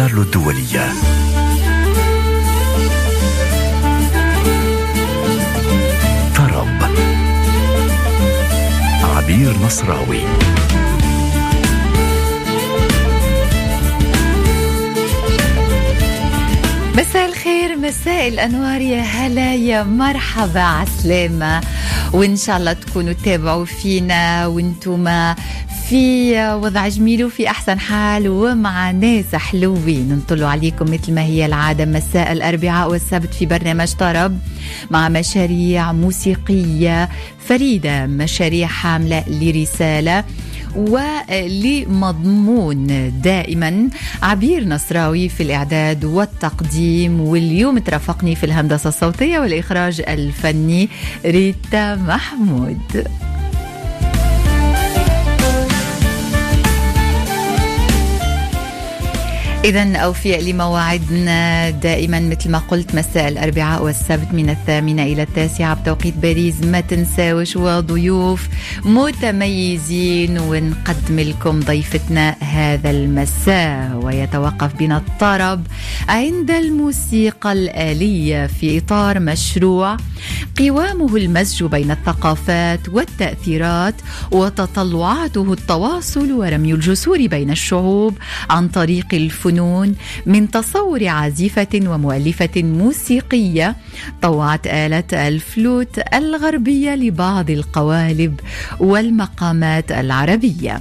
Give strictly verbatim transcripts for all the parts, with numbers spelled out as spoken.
كارلو الدولية. طرب عبير نصراوي. مساء الخير، مساء الأنوار، يا هلا، يا مرحبا، عسلامة، وإن شاء الله تكونوا تتابعوا فينا وانتم في وضع جميل وفي أحسن حال ومع ناس حلوين. نطلوا عليكم مثل ما هي العادة مساء الأربعاء والسبت في برنامج طرب مع مشاريع موسيقية فريدة، مشاريع حاملة لرسالة ولمضمون. دائما عبير نصراوي في الإعداد والتقديم، واليوم ترافقني في الهندسة الصوتية والإخراج الفني ريتا محمود. إذن أوفياء لمواعيدنا دائما مثل ما قلت مساء الأربعاء والسبت من الثامنة إلى التاسعة بتوقيت باريس. ما تنساوش وضيوف متميزين ونقدم لكم ضيفتنا هذا المساء. ويتوقف بنا الطرب عند الموسيقى الآلية في إطار مشروع قوامه المزج بين الثقافات والتأثيرات وتطلعاته التواصل ورمي الجسور بين الشعوب عن طريق الفنون، من تصور عازفة ومؤلفة موسيقية طوعت آلة الفلوت الغربية لبعض القوالب والمقامات العربية.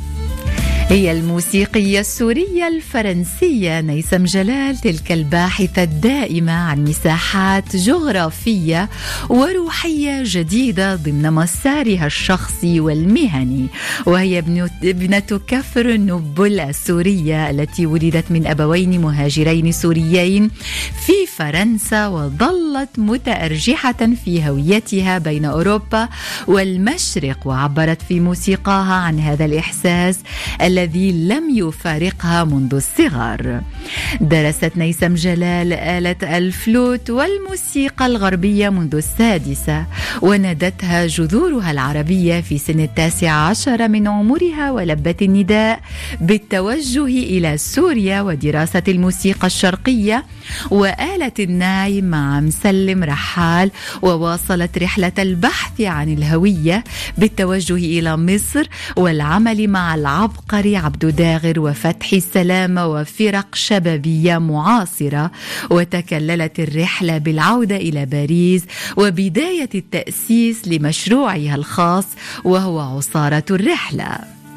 هي الموسيقية السورية الفرنسية نيسم جلال، تلك الباحثة الدائمة عن مساحات جغرافية وروحية جديدة ضمن مسارها الشخصي والمهني. وهي ابنة كفر نبل السورية التي ولدت من أبوين مهاجرين سوريين في فرنسا، وظلت متأرجحة في هويتها بين أوروبا والمشرق، وعبرت في موسيقاها عن هذا الإحساس الذي لم يفارقها منذ الصغر. درست نيسم جلال آلة الفلوت والموسيقى الغربية منذ السادسة، وندتها جذورها العربية في سن التاسع عشر من عمرها، ولبت النداء بالتوجه إلى سوريا ودراسة الموسيقى الشرقية وآلة الناي مع مسلم رحال، وواصلت رحلة البحث عن الهوية بالتوجه إلى مصر والعمل مع العبقري عبد داغر وفتحي السلامة وفرق شبابية معاصرة. وتكللت الرحلة بالعودة إلى باريس وبداية التأسيس لمشروعها الخاص وهو عصارة الرحلة.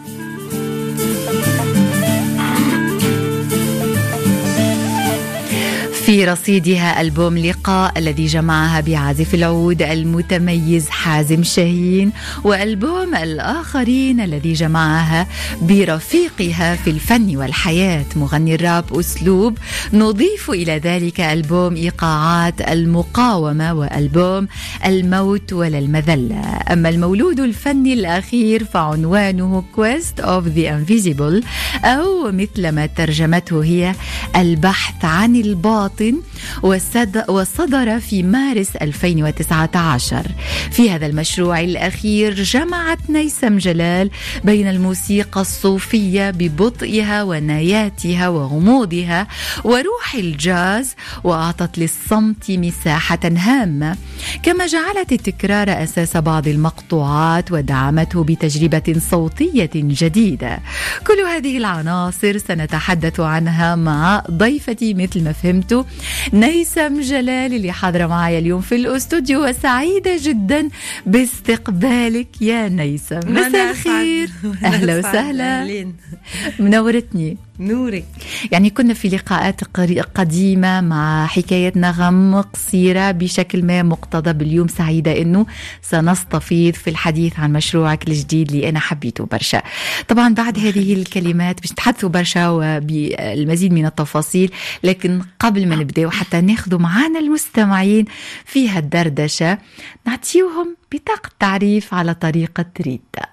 في رصيدها ألبوم لقاء الذي جمعها بعازف العود المتميز حازم شاهين، وألبوم الآخرين الذي جمعها برفيقها في الفن والحياة مغني الراب أسلوب. نضيف إلى ذلك ألبوم إيقاعات المقاومة وألبوم الموت ولا المذلة. أما المولود الفني الأخير فعنوانه Quest of the Invisible، أو مثل ما ترجمته هي البحث عن الباطن، وصدر في مارس ألفين وتسعة عشر. في هذا المشروع الأخير جمعت نيسم جلال بين الموسيقى الصوفية ببطئها وناياتها وغموضها وروح الجاز، وأعطت للصمت مساحة هامة، كما جعلت التكرار أساس بعض المقطوعات ودعمته بتجربة صوتية جديدة. كل هذه العناصر سنتحدث عنها مع ضيفتي مثل ما فهمتوا نيسم جلال اللي حاضرة معايا اليوم في الأستوديو، وسعيدة جدا باستقبالك يا نيسم. مساء الخير، أهلا وسهلا، منورتني. نورك. يعني كنا في لقاءات قديمة مع حكاية نغم قصيرة بشكل ما مقتضب. اليوم سعيدة أنه سنستفيض في الحديث عن مشروعك الجديد اللي أنا حبيته برشا. طبعا بعد هذه الكلمات باش نتحدثوا برشا وبالمزيد من التفاصيل، لكن قبل ما نبدأ وحتى ناخذوا معانا المستمعين في هالدردشة نعطيوهم بطاقة تعريف على طريقة ريتا.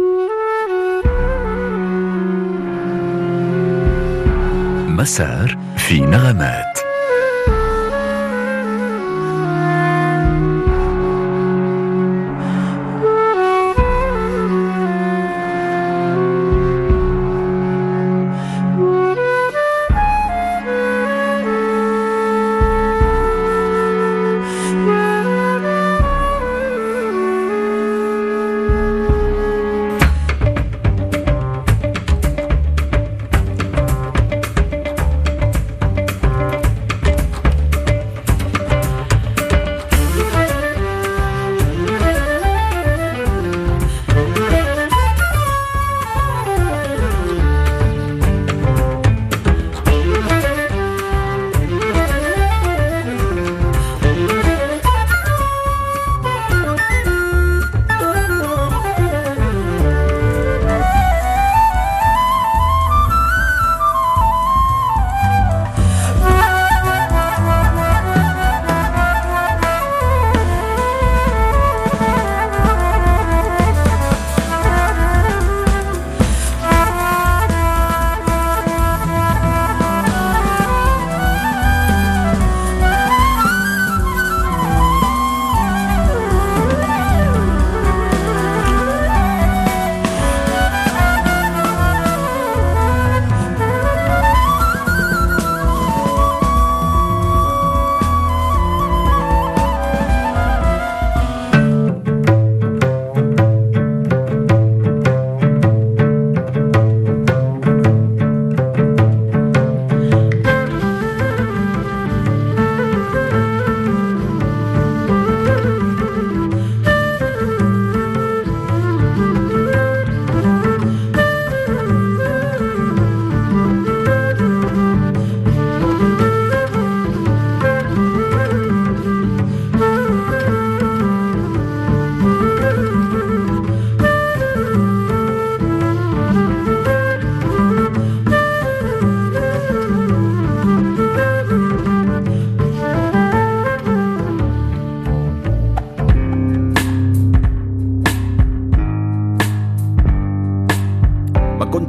مسار في نغمات.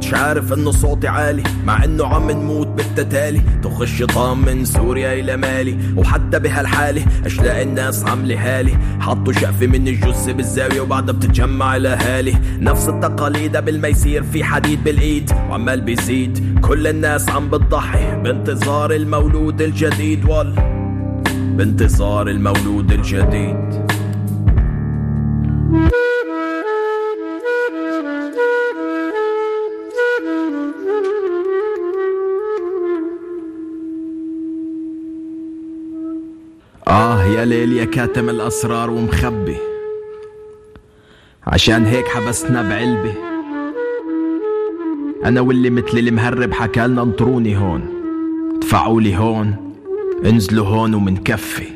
كنتش عارف انه صوتي عالي مع انه عم نموت بالتتالي. طخ الشيطان من سوريا الى مالي وحتى بهالحالة اشلاقي الناس عاملة حالي. حطوا شقفة من الجثة بالزاوية وبعدها بتتجمع الاهالي. نفس التقاليد قبل ما يصير في حديد بالايد وعمال بيزيد. كل الناس عم بتضحي بانتظار المولود الجديد وال بانتظار المولود الجديد. آه يا ليل يا كاتم الأسرار ومخبي، عشان هيك حبسنا بعلبة. أنا واللي مثل المهرب حكالنا انطروني هون، دفعولي هون، انزلوا هون ومنكفي.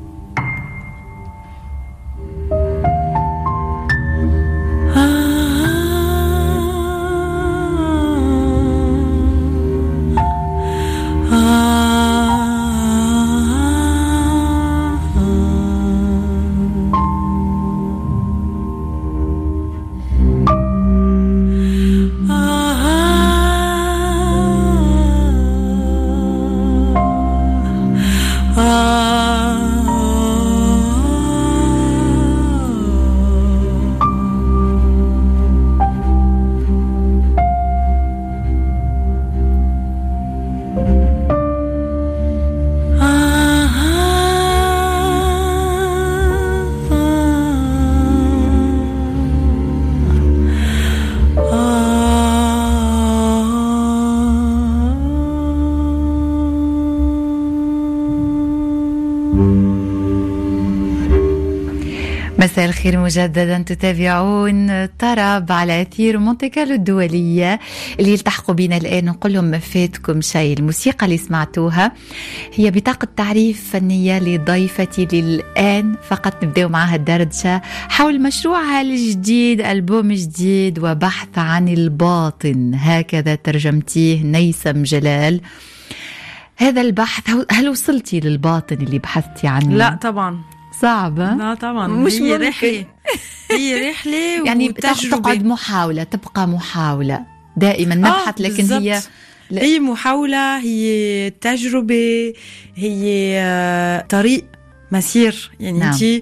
مساء الخير مجددا، تتابعون طرب على أثير مونتي كارلو الدولية. اللي يلتحقوا بنا الآن نقول لهم ما فاتكم شيء. الموسيقى اللي سمعتوها هي بطاقة تعريف فنية لضيفتي للآن. فقط نبدأ معها الدردشة حول مشروعها الجديد، ألبوم جديد وبحث عن الباطن، هكذا ترجمتيه نيسم جلال. هذا البحث، هل وصلتي للباطن اللي بحثتي عنه؟ لا طبعا صعبة. لا طبعا، مش هي ممكن. رحلة هي رحلة يعني وتجربة. تقعد محاولة، تبقى محاولة دائما نبحث. آه لكن بالزبط. هي لا. هي محاولة، هي تجربة، هي آه طريق مسير. يعني نعم. انتي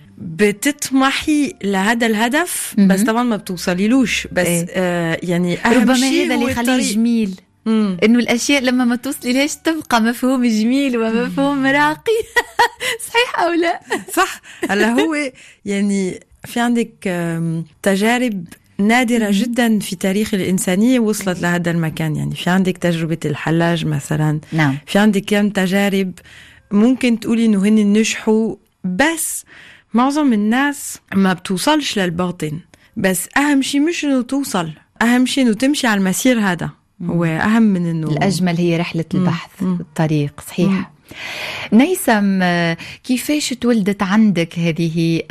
بتطمحي لهذا الهدف م-م. بس طبعا ما بتوصليلوش. بس إيه. آه يعني أهم ربما شيء هذا هو اللي يخليه الطريق. جميل، مم. إنه الأشياء لما ما توصلي ليش تبقى مفهوم جميل ومفهوم راقي. صحيح أو لا؟ صح. هلا هو يعني في عندك آم، تجارب نادرة جدا في تاريخ الإنسانية وصلت لهذا المكان. يعني في عندك تجربة الحلاج مثلا، نعم. في عندك كم تجارب ممكن تقولي إنه هن نجحوا، بس معظم الناس ما بتوصلش للباطن. بس أهم شيء مش إنه توصل، أهم شيء إنه تمشي على المسير. هذا هو أهم من إنه الأجمل هي رحلة البحث، مم. الطريق. صحيح. مم. نيسم، كيفاش تولدت عندك هذه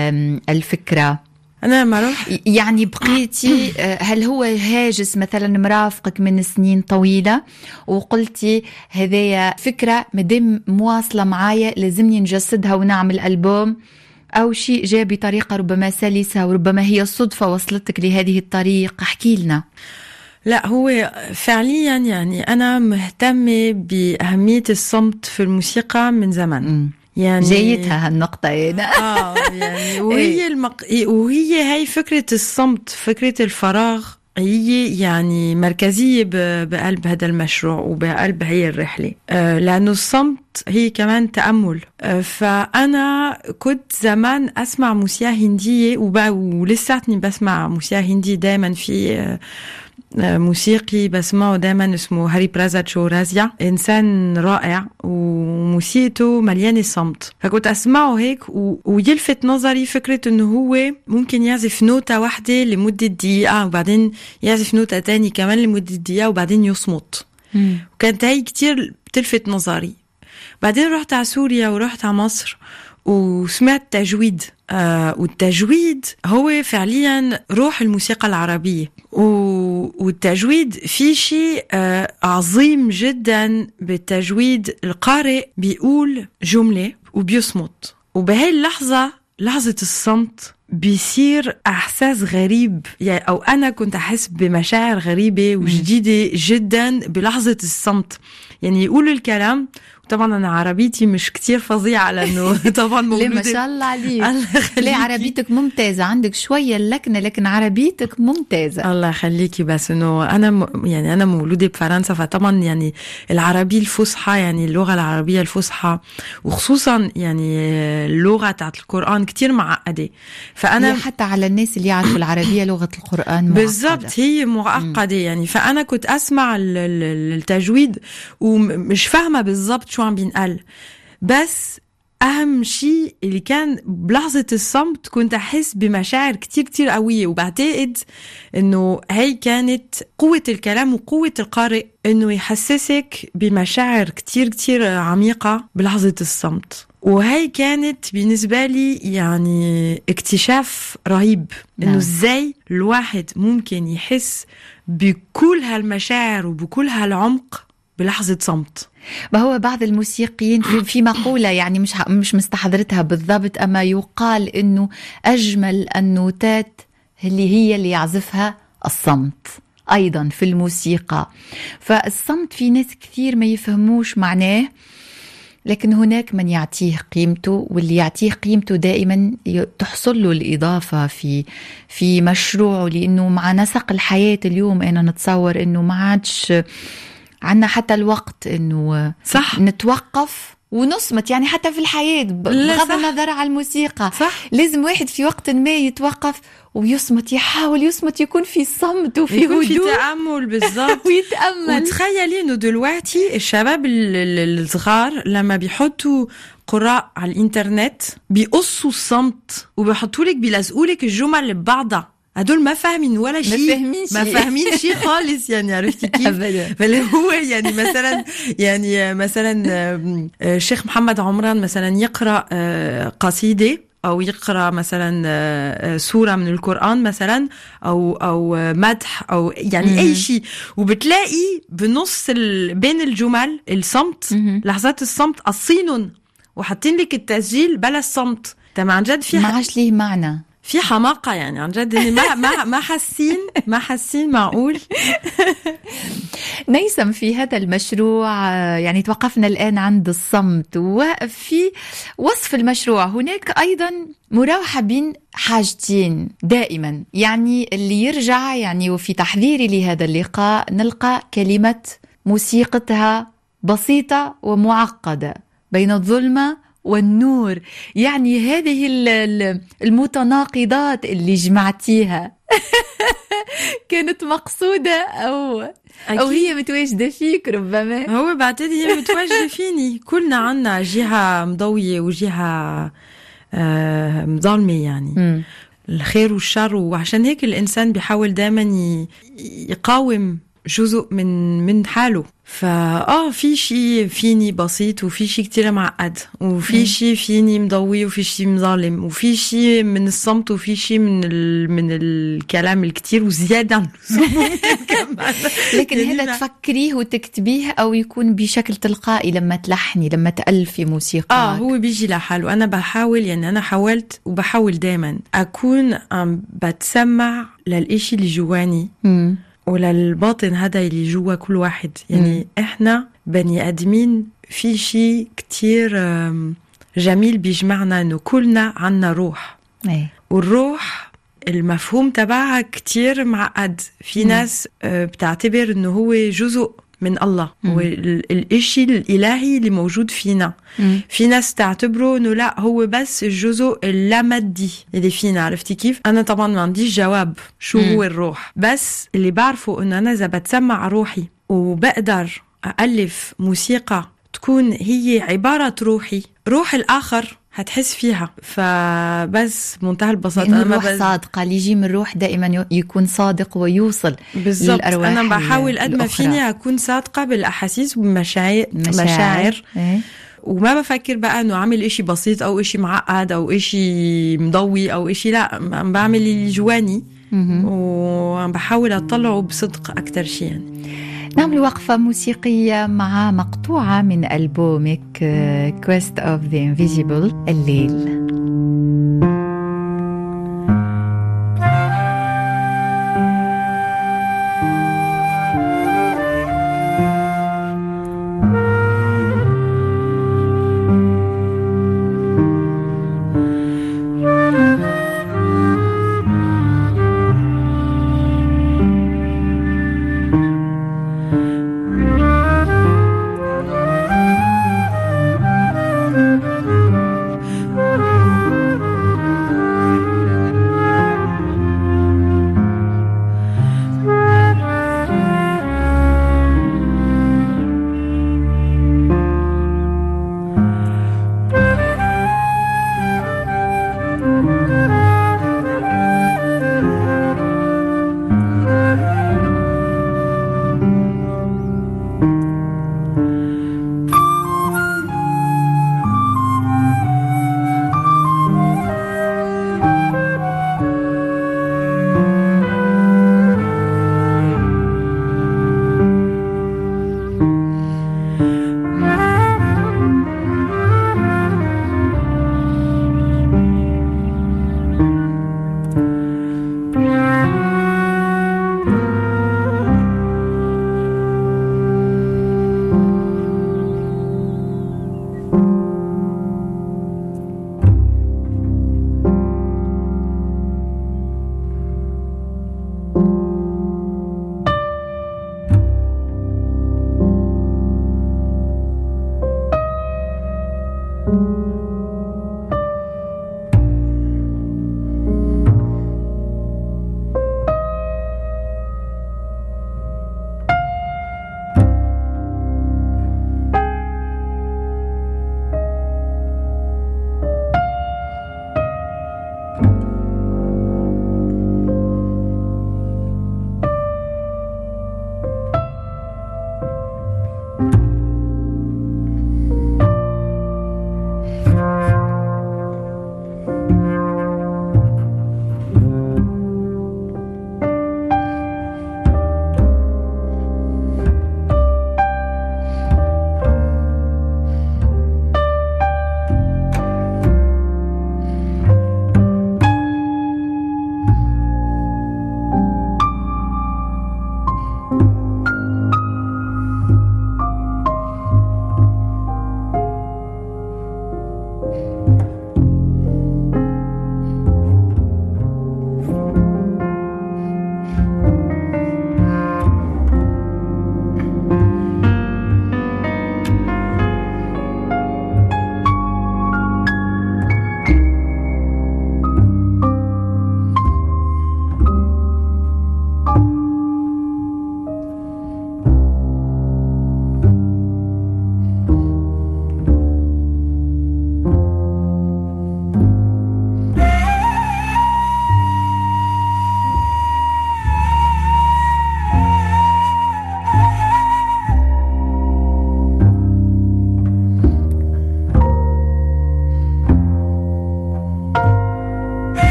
الفكرة؟ أنا ما رح يعني بقيتي، هل هو هاجس مثلا مرافقك من سنين طويلة وقلتي هذه فكرة مدام مواصلة معايا لازمني نجسدها ونعمل ألبوم، أو شيء جاء بطريقة ربما سلسة وربما هي صدفة وصلتك لهذه الطريق؟ احكي لنا. لا، هو فعليا يعني أنا مهتمة بأهمية الصمت في الموسيقى من زمان. م. يعني جايتها هالنقطة هنا. آه يعني وهي المق... وهي هاي فكرة الصمت، فكرة الفراغ، هي يعني مركزية ب... بقلب هذا المشروع وبقلب هي الرحلة. آه لأنه الصمت هي كمان تأمل. آه فأنا كنت زمان أسمع موسيقى هندية وب... ولساتني بسمع موسيقى هندية. دايما في آه موسيقي بسمعه دائما اسمه هاري برازات شورازيا، إنسان رائع وموسيقته مليانة صمت. فكنت أسمعه هيك و... ويلفت نظري فكرة إنه هو ممكن يعزف نوتة واحدة لمدة دقيقة وبعدين يعزف نوتة تاني كمان لمدة دقيقة وبعدين يصمت. م. وكانت هاي كتير بتلفت نظري. بعدين رحت على سوريا ورحت على مصر وسمعت تجويد. آه والتجويد هو فعليا روح الموسيقى العربية. والتجويد في شيء آه عظيم جدا بالتجويد. القارئ بيقول جملة وبيصمت، وبهاي اللحظة، لحظة الصمت، بيصير إحساس غريب يعني، أو أنا كنت أحس بمشاعر غريبة وجديدة جدا بلحظة الصمت. يعني يقولوا الكلام، طبعا أنا عربيتي مش كتير فظيعة لأنه طبعا مولودة. ما شاء الله عليك. ليه عربيتك ممتازة، عندك شوية اللكنة لكن عربيتك ممتازة. الله يخليكي. بس إنه أنا م... يعني أنا مولودة بفرنسا، فطبعا يعني العربية الفصحى، يعني اللغة العربية الفصحى، وخصوصا يعني اللغة تاعت القرآن كتير معقدة. فأنا حتى على الناس اللي يعرفوا العربية لغة القرآن معقدة. بالضبط، هي معقدة يعني. فأنا كنت أسمع التجويد ومش فاهمة بالضبط شو عم بينقال، بس أهم شيء اللي كان بلحظة الصمت كنت أحس بمشاعر كتير كتير قوية. وبعتقد إنه هي كانت قوة الكلام وقوة القارئ، إنه يحسسك بمشاعر كتير كتير عميقة بلحظة الصمت. وهي كانت بالنسبة لي يعني اكتشاف رهيب، إنه نعم. إزاي الواحد ممكن يحس بكل هالمشاعر وبكل هالعمق بلحظة صمت. ما هو بعض الموسيقيين في مقولة يعني مش مش مستحضرتها بالضبط، أما يقال إنه أجمل النوتات اللي هي اللي يعزفها الصمت أيضا في الموسيقى. فالصمت في ناس كثير ما يفهموش معناه، لكن هناك من يعطيه قيمته، واللي يعطيه قيمته دائما تحصل له الإضافة في في مشروعه. لأنه مع نسق الحياة اليوم أنا نتصور إنه ما عادش عنا حتى الوقت إنه صح نتوقف ونصمت. يعني حتى في الحياة بغض النظر على الموسيقى صح. لازم واحد في وقت ما يتوقف ويصمت، يحاول يصمت، يكون في صمت وفي هدوء، في تأمل. بالضبط. ويتأمل. وتخيلي إنه دلوقتي الشباب الصغار لما بيحطوا قراء على الإنترنت بيقصوا الصمت وبيحطوا لك بيلزقوا لك الجمل ببعضها. هدول ما فاهمين ولا شيء، ما فاهمين شيء خالص يعني. عرفتي كيف؟ فاللي هو يعني مثلا يعني مثلا الشيخ محمد عمران مثلا يقرأ قصيدة أو يقرأ مثلا سورة من القرآن مثلا، أو أو مدح أو يعني م- أي شيء، وبتلاقي بنص ال... بين الجمل الصمت، م- لحظات الصمت قصينن وحاطين لك التسجيل بلا الصمت. تمام عن جد في ما عاش ليه معنى، في حماقة يعني عن جد. ما ما ما حاسين ما حاسين معقول. نيسم في هذا المشروع يعني توقفنا الآن عند الصمت، وفي وصف المشروع هناك أيضا مراوحة بين حاجتين دائما. يعني اللي يرجع يعني وفي تحضيري لهذا اللقاء نلقى كلمة موسيقتها بسيطة ومعقدة بين الظلمة والنور. يعني هذه المتناقضات اللي جمعتيها كانت مقصودة أو أكيد. أو هي متواجدة فيك ربما. هو بعتقد هي متواجدة فيني. كلنا عنا جهة مضوية وجهة آه مظلمة يعني. م. الخير والشر، وعشان هيك الإنسان بيحاول دائما يقاوم جزء من من حاله. فآه في شيء فيني بسيط وفي شيء كتير معقد، وفي شيء فيني مضوي وفي شيء مظالم، وفي شيء من الصمت وفي شيء من ال... من الكلام الكتير وزيادة عن اللزوم. لكن يعني هذا تفكريه وتكتبيه أو يكون بشكل تلقائي لما تلحني لما تألفي موسيقى؟ آه هو بيجي لحاله. أنا بحاول يعني أنا حاولت وبحاول دايما أكون عم بتسمع للإشي اللي جواني م. ولا الباطن هذا اللي جوا كل واحد. يعني م. احنا بني ادمين في شيء كتير جميل بيجمعنا، انه كلنا عنا روح. ايه. والروح المفهوم تبعها كتير معقد. في م. ناس بتعتبر انه هو جزء من الله، هو الاشي الالهي اللي موجود فينا. مم. في ناس تعتبره انه لا هو بس الجزء اللامادي اللي فينا. عرفتي كيف؟ انا طبعا ما عنديش جواب شو مم. هو الروح، بس اللي بعرفه انه انا اذا بتسمع روحي وبقدر ألف موسيقى تكون هي عبارة روحي، روح الآخر هتحس فيها. فبس منتهى البساطة أنا الروح بز... صادقة. اللي يجي من الروح دائما يكون صادق ويوصل بالضبط. أنا بحاول قد ما فيني أكون صادقة بالأحاسيس والمشاعر مشاعر. إيه؟ وما بفكر بقى أنه عامل إشي بسيط أو إشي معقد أو إشي مضوي أو إشي، لا عم بعمل اللي جواني وعم بحاول أطلعه بصدق أكتر شيء. يعني نعمل وقفة موسيقية مع مقطوعة من ألبومك Quest of the Invisible الليل.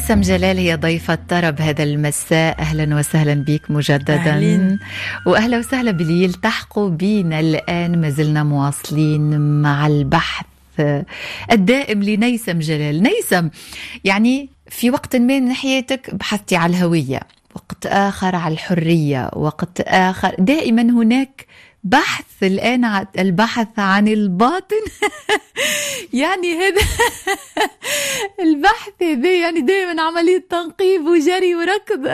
نيسم جلال هي ضيفة طرب هذا المساء. أهلا وسهلا بك مجددا. أهلين. وأهلا وسهلا باللي يلتحقوا بينا الآن. ما زلنا مواصلين مع البحث الدائم لنيسم جلال. نيسم، يعني في وقت ما من حياتك بحثتي على الهوية، وقت آخر على الحرية، وقت آخر دائما هناك بحث الآن عن البحث عن الباطن. يعني هذا البحث هذا يعني دائما عملية تنقيب وجري وركض.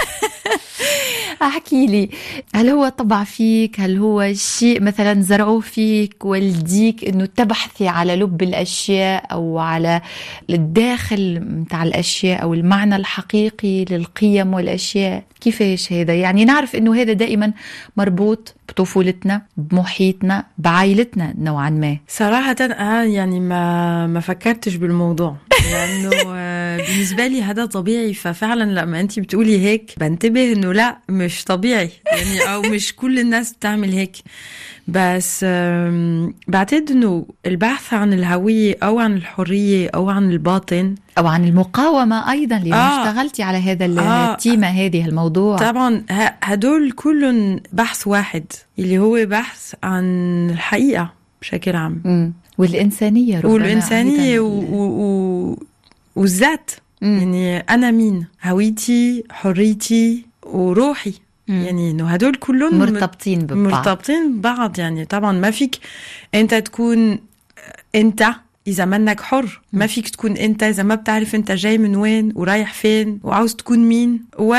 أحكي لي، هل هو طبع فيك؟ هل هو شيء مثلا زرعوه فيك والديك أنه تبحثي على لب الأشياء أو على الداخل متاع الأشياء أو المعنى الحقيقي للقيم والأشياء؟ كيفاش هذا؟ يعني نعرف أنه هذا دائما مربوط بطفولتنا، بمحيطنا، بعائلتنا نوعا ما. صراحة أنا يعني ما ما فكرتش بالموضوع، لأنه بالنسبة لي هذا طبيعي. ففعلا لما أنتي بتقولي هيك بنتبه أنه لا، مش طبيعي يعني، أو مش كل الناس بتعمل هيك. بس بعتقد أنه البحث عن الهوية أو عن الحرية أو عن الباطن أو عن المقاومة أيضا اللي آه اشتغلتي على هذا آه التيمة هذه الموضوع. طبعا هدول كلهم بحث واحد اللي هو بحث عن الحقيقة بشكل عام. م. والإنسانية ربما والإنسانية و... و... والذات. يعني أنا مين، هويتي، حريتي وروحي. مم. يعني إنه هدول كلهم مرتبطين ببعض مرتبطين ببعض. يعني طبعا ما فيك أنت تكون أنت إذا منك حر، ما فيك تكون أنت إذا ما بتعرف أنت جاي من وين ورايح فين وعاوز تكون مين،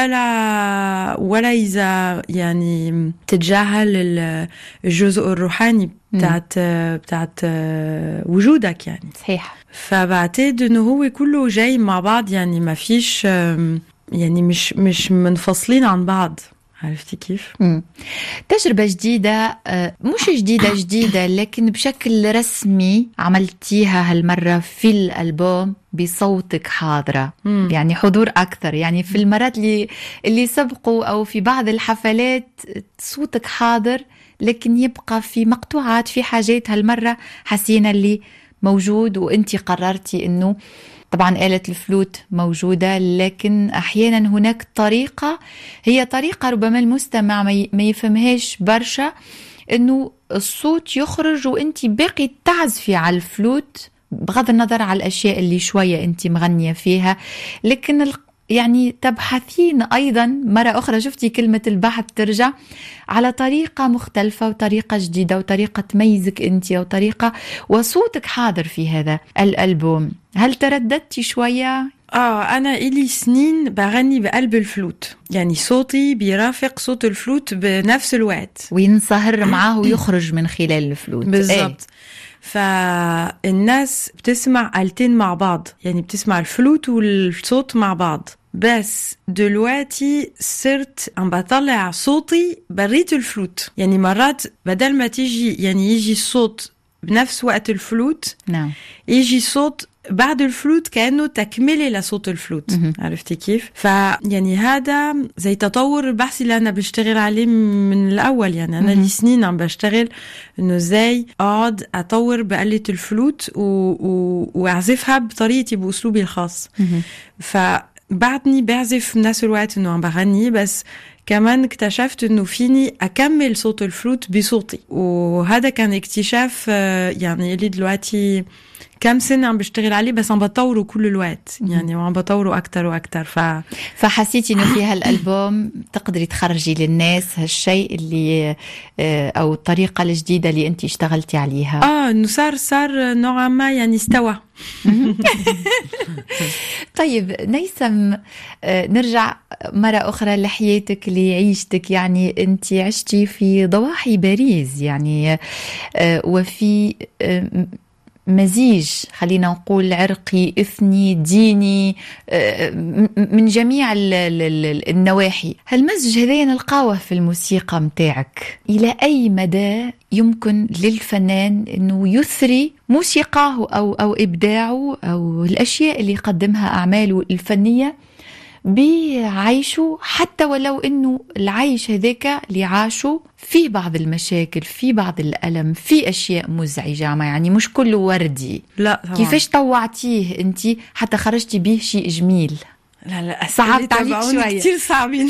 ولا ولا إذا يعني تتجاهل الجزء الروحاني بتاعت بتاعت وجودك. يعني صحيح. فبعتقد إنه هو كله جاي مع بعض، يعني ما فيش يعني مش مش منفصلين عن بعض. عرفتي كيف؟ مم. تجربة جديدة، مش جديدة جديدة لكن بشكل رسمي عملتيها هالمرة في الألبوم بصوتك حاضرة. مم. يعني حضور أكثر. يعني في المرات اللي, اللي سبقوا أو في بعض الحفلات صوتك حاضر لكن يبقى في مقطوعات، في حاجات. هالمرة حسينا اللي موجود وانتي قررتي انه طبعا آلة الفلوت موجودة، لكن أحيانا هناك طريقة، هي طريقة ربما المستمع ما يفهمهاش برشا، أنه الصوت يخرج وأنت باقي تعزفي على الفلوت بغض النظر على الأشياء اللي شوية أنت مغنية فيها. لكن يعني تبحثين أيضا مرة أخرى، شفتي كلمة البحث ترجع على طريقة مختلفة وطريقة جديدة وطريقة تميزك أنت وطريقة وصوتك حاضر في هذا الألبوم. هل ترددتي شوية؟ آه أنا إلي سنين بغني بقلب الفلوت، يعني صوتي بيرافق صوت الفلوت بنفس الوقت وينصهر معاه ويخرج من خلال الفلوت. بالضبط. ايه؟ فالناس بتسمع آلتين مع بعض، يعني بتسمع الفلوت والصوت مع بعض. بس دلوقتي صرت عم بطلع صوتي بريت الفلوت، يعني مرات بدل ما تيجي يعني يجي الصوت بنفس وقت الفلوت، نعم يجي صوت بعد الفلوت كأنه تكملة لصوت الفلوت. عرفتي كيف؟ فيعني هذا زي تطور البحث اللي أنا بشتغل عليه من الأول. يعني أنا لي سنين عم بشتغل إنه زي أقعد أطور بآلة الفلوت و... و... وأعزفها بطريقتي بأسلوبي الخاص. فبعدني بعزف بنفس الوقت إنه عم بغني، بس كمان اكتشفت انه فيني اكمل صوت الفلوت بصوتي، وهذا كان اكتشاف يعني اللي دلوقتي كم سنة عم بشتغل عليه، بس عم بطوره كل الوقت يعني، وعم بطوره أكتر وأكتر. ف... فحسيتي إنه في هالألبوم تقدري تخرجي للناس هالشيء اللي أو الطريقة الجديدة اللي أنتي اشتغلتي عليها؟ آه إنه صار صار نوعا ما يعني استوى. طيب نيسم، نرجع مرة أخرى لحياتك لعيشتك. يعني أنت عشتي في ضواحي باريس يعني، وفي مزيج خلينا نقول عرقي إثني ديني من جميع النواحي. هالمزج هذا نلقاوه في الموسيقى متاعك. إلى أي مدى يمكن للفنان أنه يثري موسيقاه أو, أو إبداعه أو الأشياء اللي يقدمها أعماله الفنية بعيشه، حتى ولو أنه العيش هذاك اللي عاشه في بعض المشاكل، في بعض الألم، في أشياء مزعجة، ما يعني مش كله وردي. لا طبعا. كيفاش طوعتيه أنت حتى خرجتي به شيء جميل؟ لا لا صعبت عليك شوية كتير صعبين.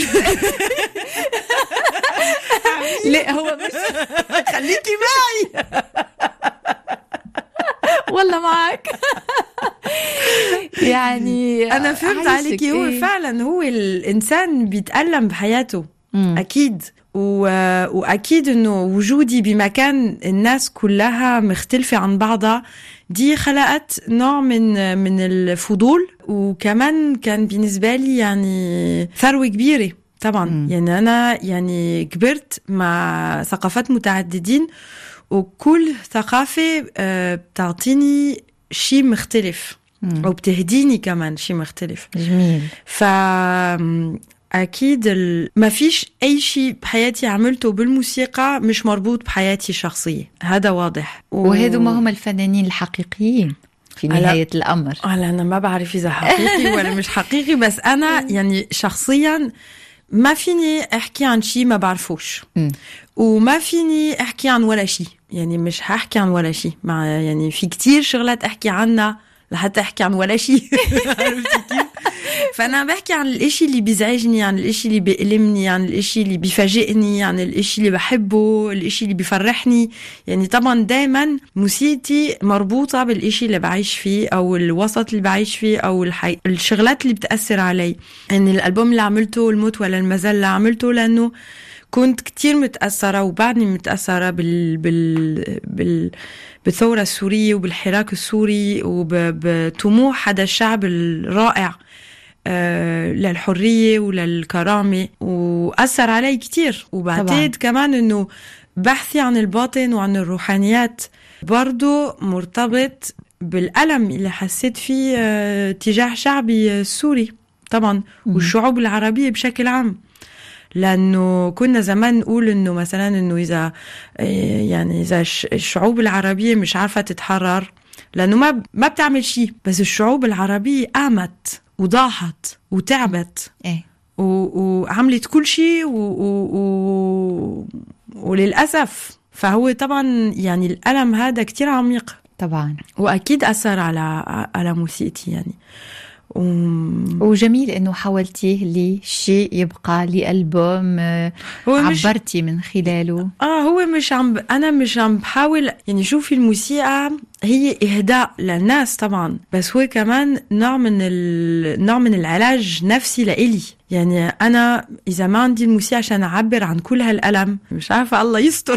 لا هو مش خليكي معي. والله معك. يعني أنا فهمت عليك. هو إيه؟ فعلا هو الإنسان بيتألم بحياته. مم. أكيد. و... وأكيد إنه وجودي بمكان الناس كلها مختلفة عن بعضها دي خلقت نوع من من الفضول، وكمان كان بالنسبة لي يعني ثروة كبيرة طبعا. مم. يعني أنا يعني كبرت مع ثقافات متعددين، وكل ثقافة بتعطيني شيء مختلف. مم. وبتهديني كمان شيء مختلف. جميل. ف أكيد ال... ما فيش أي شيء بحياتي عملته بالموسيقى مش مربوط بحياتي الشخصية، هذا واضح. و... وهذو ما هم الفنانين الحقيقيين في نهاية ألا... الأمر. ألا أنا ما بعرف إذا حقيقي ولا مش حقيقي، بس أنا يعني شخصيا ما فيني أحكي عن شيء ما بعرفوش. م. وما فيني أحكي عن ولا شيء، يعني مش هحكي عن ولا شيء. مع يعني في كتير شغلات أحكي عنها لحتى أحكي عن ولا شيء. عرفتي كيف؟ فأنا بحكي عن الإشي اللي بيزعجني، عن الإشي اللي بيألمني، عن الإشي اللي بيفاجئني، عن الإشي اللي بحبه، الإشي اللي بيفرحني. يعني طبعا دايما موسيقتي مربوطة بالإشي اللي بعيش فيه، أو الوسط اللي بعيش فيه، أو الحي... الشغلات اللي بتأثر علي. يعني الألبوم اللي عملته الموت ولا المزلة عملته لأنه كنت كتير متأثرة، وبعدني متأثرة بال... بال... بال... بالثورة السورية وبالحراك السوري وبطموح هذا الشعب الرائع آه للحرية وللكرامة، وأثر علي كتير. وبعتقد كمان إنه بحثي عن الباطن وعن الروحانيات برضو مرتبط بالألم اللي حسيت فيه آه تجاه شعبي السوري طبعا، والشعوب العربية بشكل عام. لأنه كنا زمان نقول إنه مثلا إنه إذا يعني إذا الشعوب العربية مش عارفة تتحرر لأنه ما ما بتعمل شيء، بس الشعوب العربية قامت وضاحت وتعبت إيه وعملت كل شيء و... و... و... وللأسف فهو طبعا يعني الألم هذا كتير عميق طبعا، وأكيد أثر على على موسيقتي يعني. وم... وجميل انه حولتيه لشيء يبقى لألبوم عبرتي من خلاله. اه هو مش عم ب... انا مش عم بحاول يعني شوفي الموسيقى هي اهداء للناس طبعا، بس هو كمان نوع من ال... نوع من العلاج نفسي لإلي. يعني انا اذا ما عندي الموسيقى عشان اعبر عن كل هالألم مش عارفه الله يستر.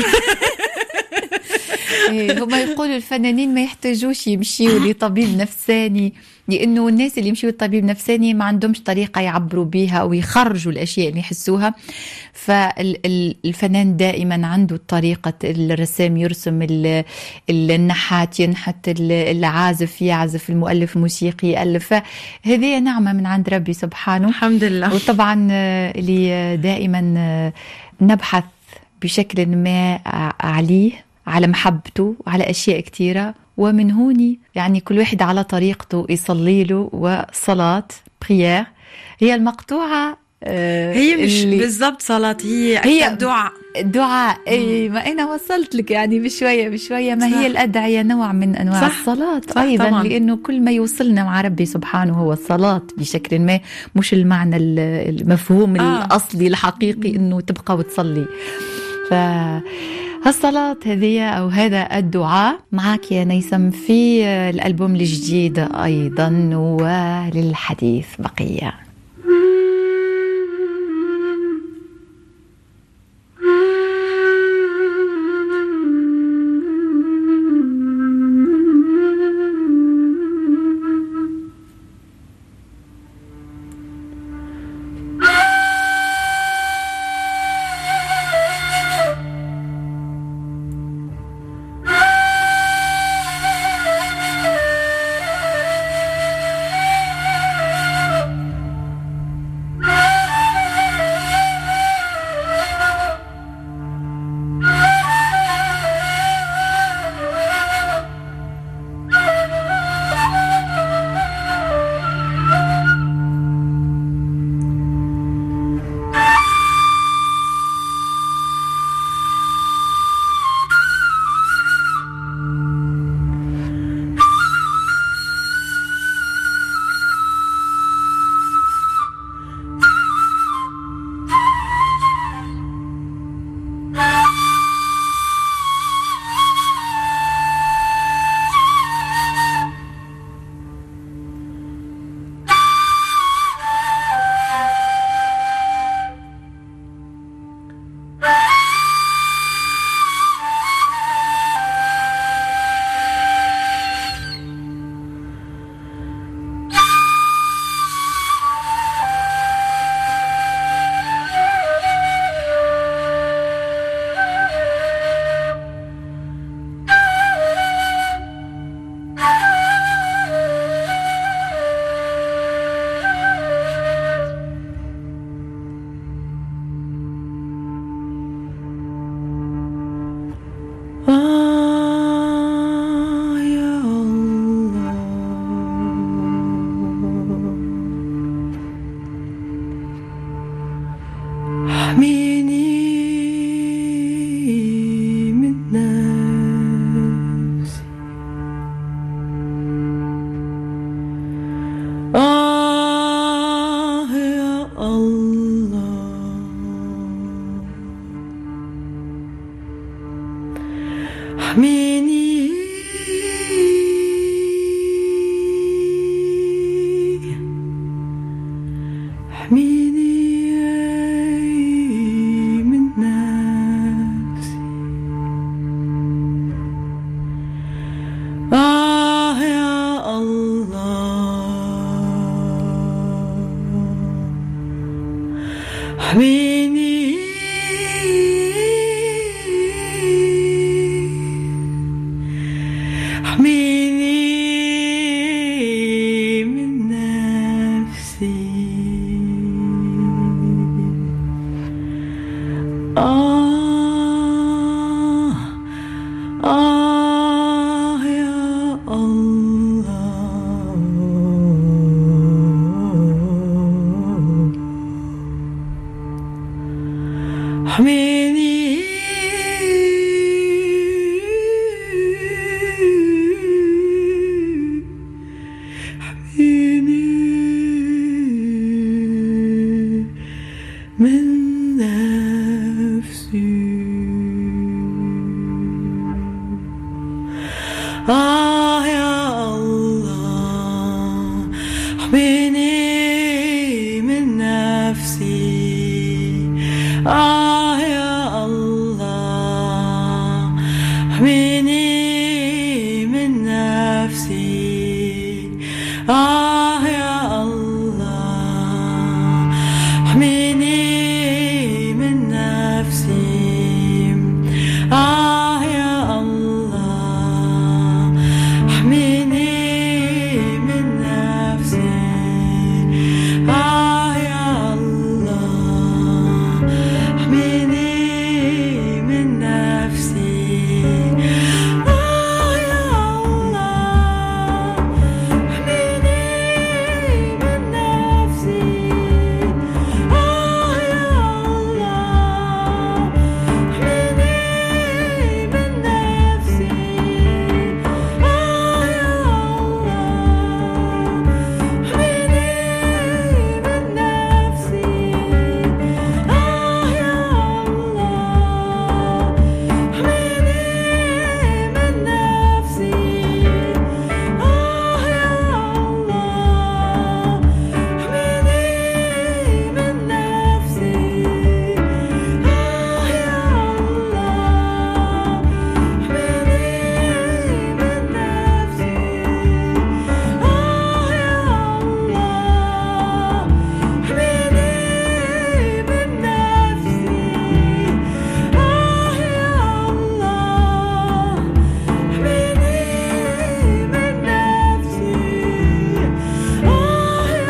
هم يقولوا الفنانين ما يحتاجوش يمشيوا لطبيب نفساني، لأنه الناس اللي يمشيوا لطبيب نفساني ما عندهمش طريقة يعبروا بيها أو يخرجوا الأشياء اللي يحسوها. فالفنان دائما عنده طريقة، الرسام يرسم، النحات ينحت، العازف يعزف، المؤلف الموسيقي يألف. فهذه نعمة من عند ربي سبحانه الحمد لله. وطبعا اللي دائما نبحث بشكل ما عليه، على محبته، على أشياء كتيرة. ومن هوني يعني كل واحد على طريقته يصلي له، وصلاة بريير هي المقطوعة آه هي مش بالضبط صلاة، هي هي دعاء دعاء. اي ما انا وصلت لك يعني بشوية بشوية. ما صح. هي الأدعية نوع من أنواع صح. الصلاة صح أيضا طبعاً. لأنه كل ما يوصلنا مع ربي سبحانه هو الصلاة بشكل ما، مش المعنى المفهوم آه. الأصلي الحقيقي إنه تبقى وتصلي. ف هالصلاة هذه أو هذا الدعاء معك يا نيسم في الألبوم الجديد أيضا، وللحديث بقية. احميني من نفسي. آه يا الله احميني احميني من نفسي. آه يا الله احميني احميني من نفسي. آه آه يا الله احميني احميني من نفسي. آه يا الله احميني من نفسي. آه يا الله احميني من نفسي. آه يا الله احميني من نفسي. آه يا الله احميني من نفسي. آه يا الله احميني من نفسي. آه يا الله احميني من نفسي. آه يا الله احميني من نفسي. آه يا الله احميني من نفسي. آه يا الله احميني من نفسي. آه يا الله احميني من نفسي. آه يا الله احميني من نفسي. آه يا الله احميني من نفسي. آه يا الله احميني من نفسي. آه يا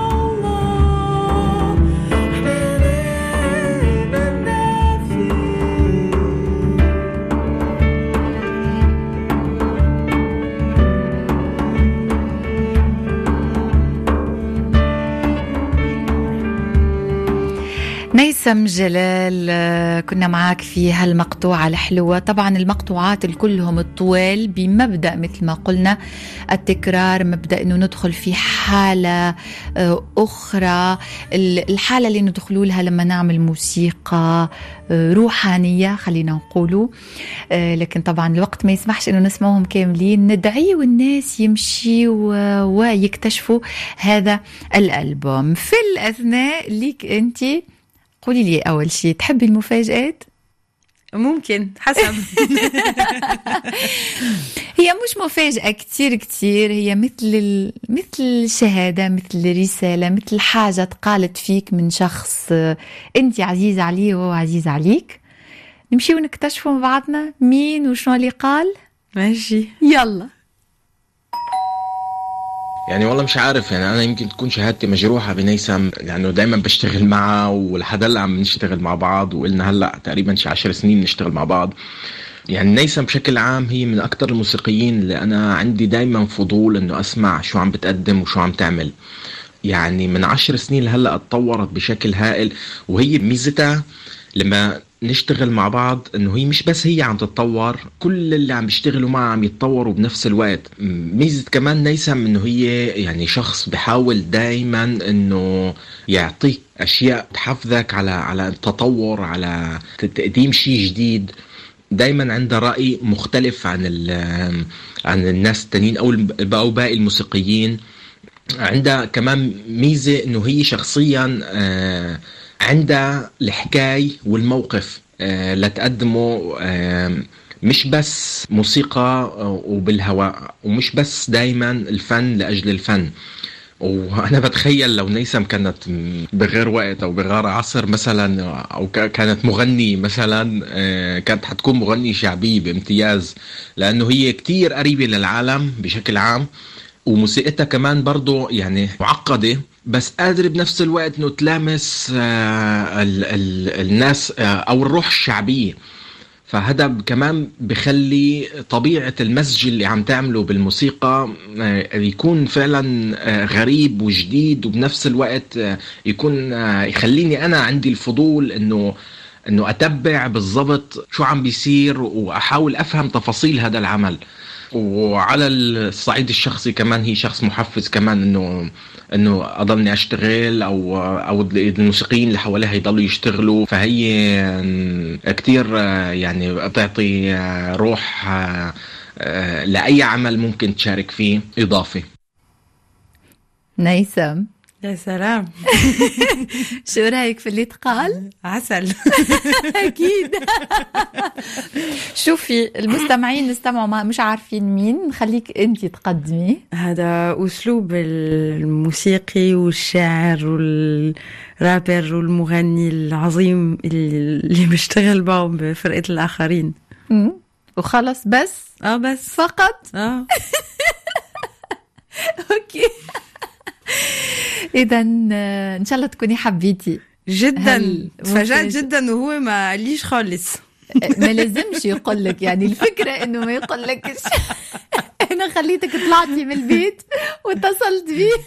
الله نيسم جلال، آه، كنا معاك في هالمقطوعة الحلوة. طبعا المقطوعات الكلهم الطوال بمبدأ مثل ما قلنا التكرار، مبدأ انه ندخل في حالة آه، اخرى، الحالة اللي ندخلوا لها لما نعمل موسيقى آه، روحانية خلينا نقولوا. آه، لكن طبعا الوقت ما يسمحش انه نسمعهم كاملين، ندعي والناس يمشي ويكتشفوا هذا الألبوم. في الأثناء ليك انتي قولي لي أول شيء، تحبي المفاجآت؟ ممكن حسب. هي مش مفاجأة كتير كتير، هي مثل ال... مثل شهادة، مثل رسالة، مثل حاجة تقالت فيك من شخص أنت عزيز عليه وهو عزيز عليك. نمشي ونكتشفوا مع بعضنا مين وشنو اللي قال. ماشي يلا. يعني والله مش عارف، يعني أنا يمكن تكون شهادتي مجروحة بنيسم، لأنه دايما بشتغل معها ولحد هلا عم نشتغل مع بعض، وقلنا هلا تقريبا شي عشر سنين نشتغل مع بعض. يعني نيسم بشكل عام هي من أكتر الموسيقيين اللي أنا عندي دايما فضول إنه أسمع شو عم بتقدم وشو عم تعمل. يعني من عشر سنين لهلأ اتطورت بشكل هائل. وهي ميزتها لما نشتغل مع بعض انه هي مش بس هي عم تتطور، كل اللي عم بيشتغلوا معها عم يتطوروا بنفس الوقت. ميزة كمان نيسم انه هي يعني شخص بحاول دايما انه يعطيك اشياء تحفزك على على التطور، على تقديم شيء جديد. دايما عنده رأي مختلف عن عن الناس التانيين او او باقي الموسيقيين. عندها كمان ميزة انه هي شخصيا آه عندها الحكاية والموقف آه لتقدمه، آه مش بس موسيقى وبالهواء، ومش بس دايما الفن لأجل الفن. وأنا بتخيل لو نيسم كانت بغير وقت أو بغير عصر مثلا، أو كانت مغني مثلا، آه كانت حتكون مغني شعبي بامتياز، لأنه هي كتير قريبة للعالم بشكل عام، وموسيقتها كمان برضو يعني معقدة، بس قادر بنفس الوقت انه تلامس آه ال ال الناس آه او الروح الشعبية. فهذا كمان بخلي طبيعة المزج اللي عم تعمله بالموسيقى آه يكون فعلا آه غريب وجديد، وبنفس الوقت آه يكون آه يخليني انا عندي الفضول انه انه اتبع بالضبط شو عم بيصير، واحاول افهم تفاصيل هذا العمل. وعلى الصعيد الشخصي كمان هي شخص محفز كمان، انه انه اضلني اشتغل او او الموسيقيين اللي حواليها يضلوا يشتغلوا. فهي كتير يعني بتعطي روح لاي عمل ممكن تشارك فيه اضافي. نيسم يا سلام. شو رأيك في اللي تقال؟ عسل. أكيد. شوفي المستمعين استمعوا ما مش عارفين مين، خليك أنت تقدمي. هذا أسلوب الموسيقي والشاعر والرابر والمغني العظيم اللي بيشتغل معهم بفرقة الآخرين. وخلص بس؟ آه بس فقط؟ آه. أوكي. إذا إن شاء الله تكوني حبيتي جدا. تفاجأت جدا وهو ما قاليش خالص. ما لازمش يقول لك، يعني الفكرة إنه ما يقول لكش. أنا خليتك طلعتي من البيت واتصلت بيه.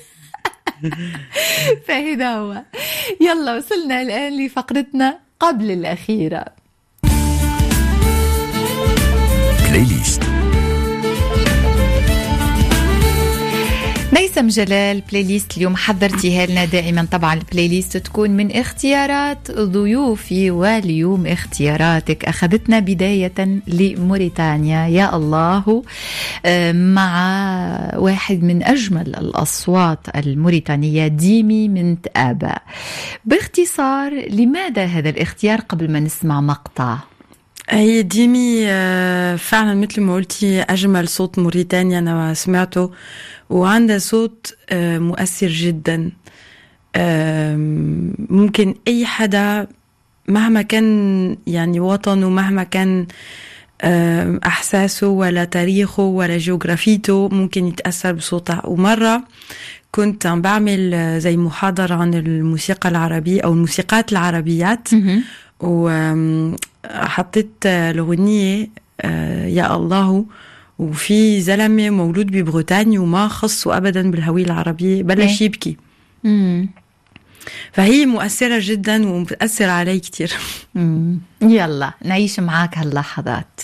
فهذا هو. يلا وصلنا الآن لفقرتنا قبل الأخيرة، بلاي ليست. نيسم جلال، بلاي ليست اليوم حضرتيها لنا. دائما طبعا البلاي ليست تكون من اختيارات ضيوفي، واليوم اختياراتك أخذتنا بداية لموريتانيا يا الله، مع واحد من أجمل الأصوات الموريتانية، ديمي من تآبا. باختصار لماذا هذا الاختيار قبل ما نسمع مقطع؟ هي ديمي فعلا مثل ما قلتي أجمل صوت موريتانيا أنا سمعته، وعنده صوت مؤثر جدا. ممكن أي حدا مهما كان يعني وطنه، مهما كان أحساسه ولا تاريخه ولا جغرافيته، ممكن يتأثر بصوتها. ومرة كنت عم بعمل زي محاضرة عن الموسيقى العربية أو الموسيقات العربيات، وحطيت الأغنية يا الله، وفي زلمة مولود ببريطانيا وما خصه أبدا بالهوية العربية بلش يبكي. فهي مؤثرة جدا ومتأثر علي كتير. يلا نعيش معاك هاللحظات.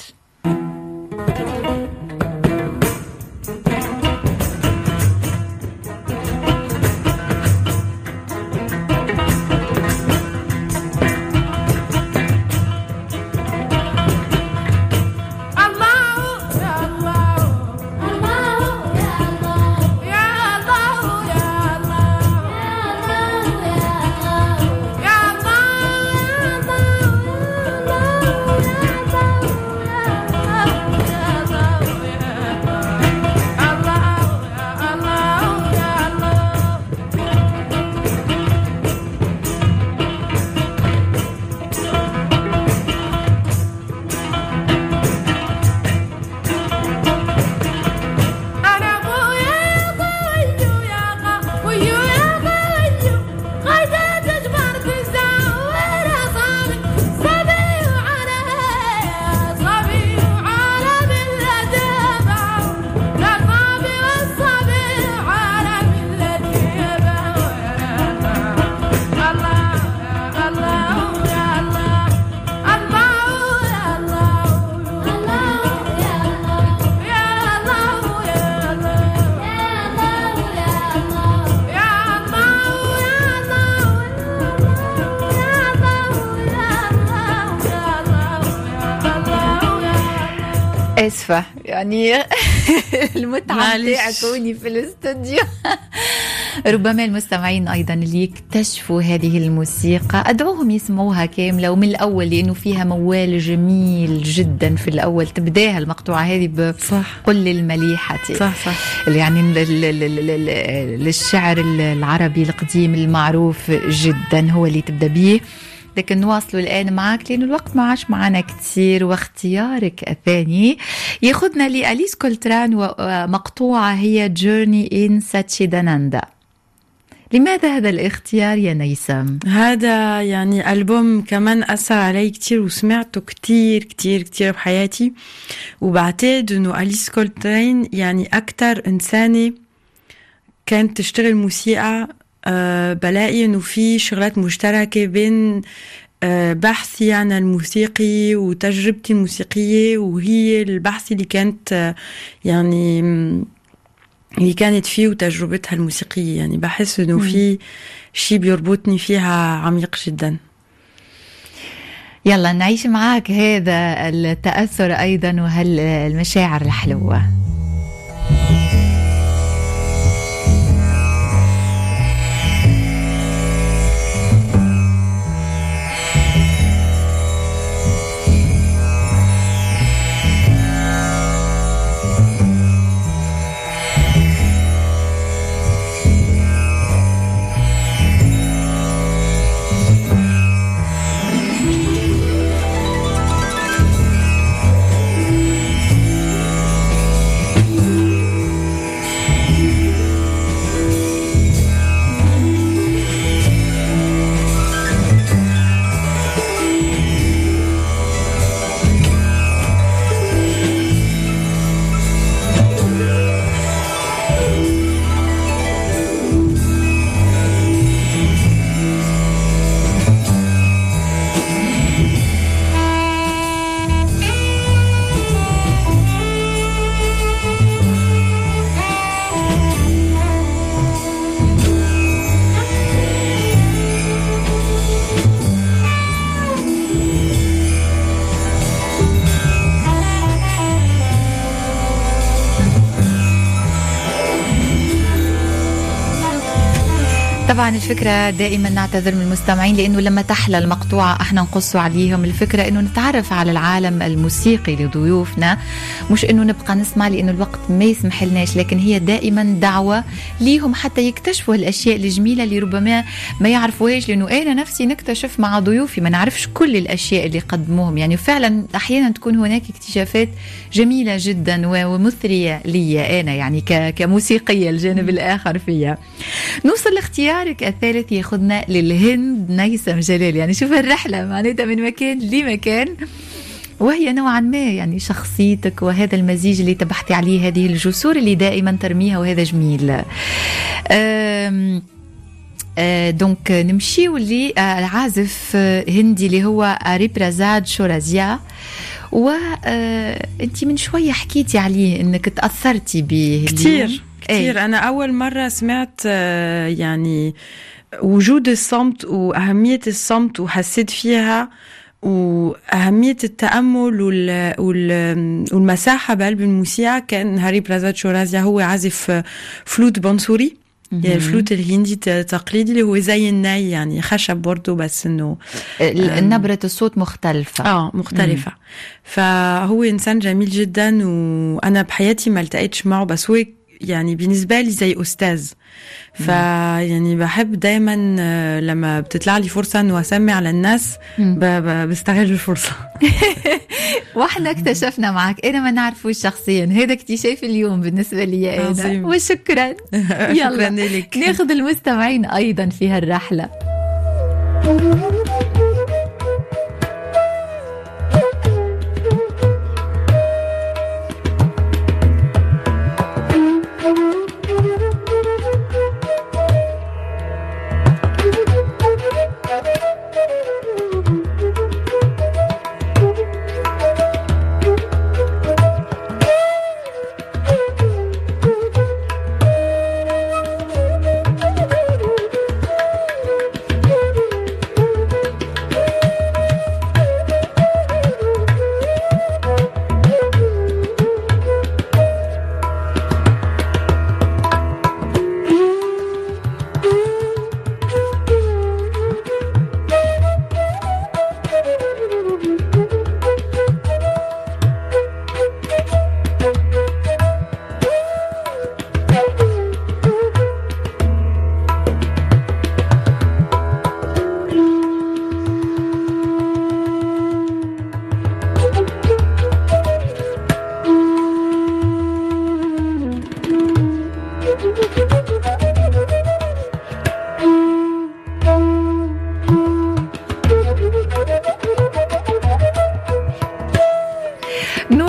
آسفة يعني المتعة بتاعك هوني في الاستوديو. ربما المستمعين أيضا اللي يكتشفوا هذه الموسيقى أدعوهم يسمعوها كاملة ومن الأول، لأنه فيها موال جميل جدا في الأول. تبداها المقطوعة هذه بقل المليحة، صح صح، يعني للشعر العربي القديم المعروف جدا هو اللي تبدأ به. لكن نواصلوا الآن معك لأن الوقت ما عاش معنا كتير، واختيارك الثاني ياخدنا لأليس كولتران ومقطوعة هي Journey in Satchidananda. لماذا هذا الاختيار يا نيسم؟ هذا يعني ألبوم كمان أثر علي كتير وسمعته كتير كتير كتير بحياتي، وبعتقد أنه أليس كولتران يعني أكتر إنسانة كانت تشتغل موسيقى. أه بلاقي انه في شغلات مشتركة بين أه بحثي عن الموسيقي وتجربتي الموسيقية، وهي البحث اللي كانت أه يعني اللي كانت فيه وتجربتها الموسيقية. يعني بحس انه في شيء بيربطني فيها عميق جدا. يلا نعيش معاك هذا التأثر ايضا وهالمشاعر الحلوة. طبعا الفكرة دائما نعتذر من المستمعين لأنه لما تحلى المقطوعة احنا نقصوا عليهم. الفكرة أنه نتعرف على العالم الموسيقي لضيوفنا، مش أنه نبقى نسمع لأنه الوقت ما يسمح لناش، لكن هي دائما دعوة ليهم حتى يكتشفوا الأشياء الجميلة اللي ربما ما يعرفوهاش. لأنه أنا نفسي نكتشف مع ضيوفي ما نعرفش كل الأشياء اللي قدموهم، يعني فعلا أحيانا تكون هناك اكتشافات جميلة جدا ومثرية لي أنا يعني كموسيقية الجانب الآخر فيها. نوصل لاختيارك الثالث ياخذنا للهند نيسم جلال. يعني شوف الرحلة معناتها من مكان لمكان، وهي نوعا ما يعني شخصيتك وهذا المزيج اللي تبحثي عليه، هذه الجسور اللي دائما ترميها، وهذا جميل. أم أه دونك نمشيو لعازف هندي اللي هو أريبرازاد شورازيا، وانتي من شوية حكيتي عليه انك تأثرتي به كتير كتير. أي. أنا أول مرة سمعت يعني وجود الصمت وأهمية الصمت وحسيت فيها وأهمية التأمل والمساحة بقلب الموسيقى كان هاريبرازاد شورازيا. هو عازف فلوت بنسوري، يعني الفلوت الهندي تقليدي اللي هو زي الناي، يعني خشب برضو بس انه نبرة الصوت مختلفة. اه مختلفة. مم. فهو انسان جميل جدا، وانا بحياتي ما التقيتش معه، بس هو يعني بالنسبة لي زي أستاذ. فيعني بحب دايما لما بتطلع لي فرصة انه اسمع للناس بستغل الفرصة. واحنا اكتشفنا معك، انا ما نعرفوش شخصيا، هذا اكتشاف اليوم بالنسبة لي انا، وشكرا. يلا ناخذ المستمعين ايضا في هالرحلة.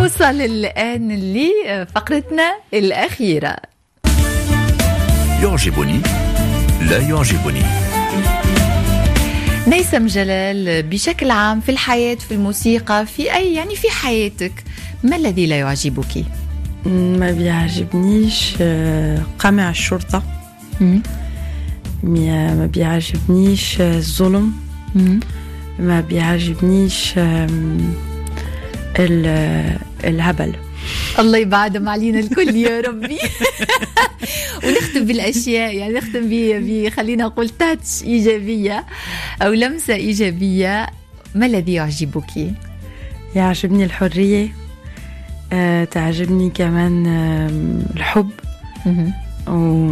نوصل الآن لفقرتنا الأخيرة. يعجبني لا يعجبني. نيسم جلال، بشكل عام في الحياة، في الموسيقى، في أي يعني في حياتك، ما الذي لا يعجبك؟ ما بيعجبنيش قمع الشرطة، ما بيعجبنيش الظلم، ما بيعجبنيش الهبل. الله يبعدهم علينا الكل يا ربي. ونختم بالأشياء، يعني نختم ب خلينا نقول تاتش إيجابية أو لمسة إيجابية. ما الذي يعجبك؟ يعجبني الحرية، أه تعجبني كمان أه الحب و...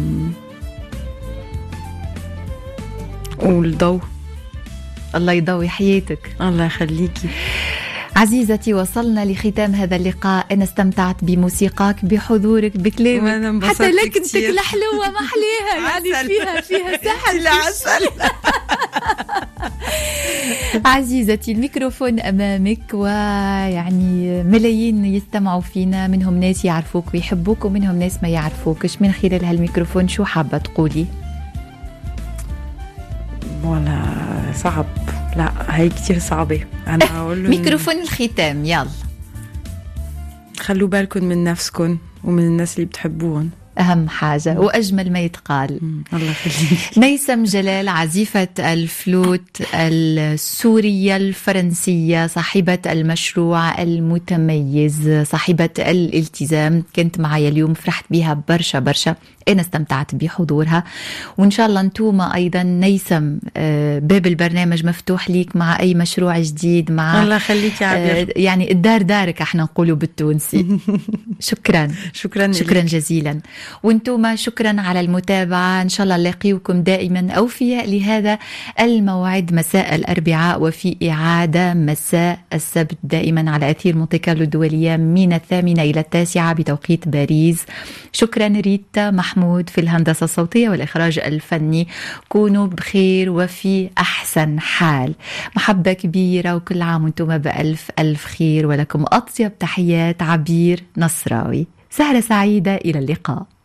والضوء. الله يضوي حياتك. الله يخليكي عزيزتي. وصلنا لختام هذا اللقاء. أنا استمتعت بموسيقاك، بحضورك، بكلامك، حتى لكنتك الحلوة محليها، يعني فيها فيها سحر العسل. عزيزتي الميكروفون أمامك، ويعني ملايين يستمعوا فينا، منهم ناس يعرفوك ويحبوك ومنهم ناس ما يعرفوكش. من خلال هالميكروفون شو حابة تقولي؟ ولا صعب، لا هاي كتير صعبة. أنا أقول ميكروفون الختام، يلا. خلوا بالكم من نفسكم ومن الناس اللي بتحبوهم، أهم حاجة وأجمل ما يتقال. الله يخليك. نيسم جلال، عزيفة الفلوت السورية الفرنسية، صاحبة المشروع المتميز، صاحبة الالتزام، كنت معي اليوم، فرحت بها برشا برشا. أنا استمتعت بحضورها، وإن شاء الله أنتوما أيضا. نيسم، باب البرنامج مفتوح ليك مع أي مشروع جديد. مع الله يخليك عبير. يعني الدار دارك احنا نقوله بالتونسي. شكرا شكرا شكرا جزيلا. وانتوما شكرا على المتابعة. إن شاء الله نلاقيكم دائما أوفياء لهذا الموعد مساء الأربعاء، وفي إعادة مساء السبت دائما على أثير مونتي كارلو الدولية من الثامنة إلى التاسعة بتوقيت باريس. شكرا ريتا محمود في الهندسة الصوتية والإخراج الفني. كونوا بخير وفي أحسن حال. محبة كبيرة، وكل عام وانتم بألف ألف خير، ولكم أطيب تحيات عبير نصراوي. سهرة سعيدة، إلى اللقاء.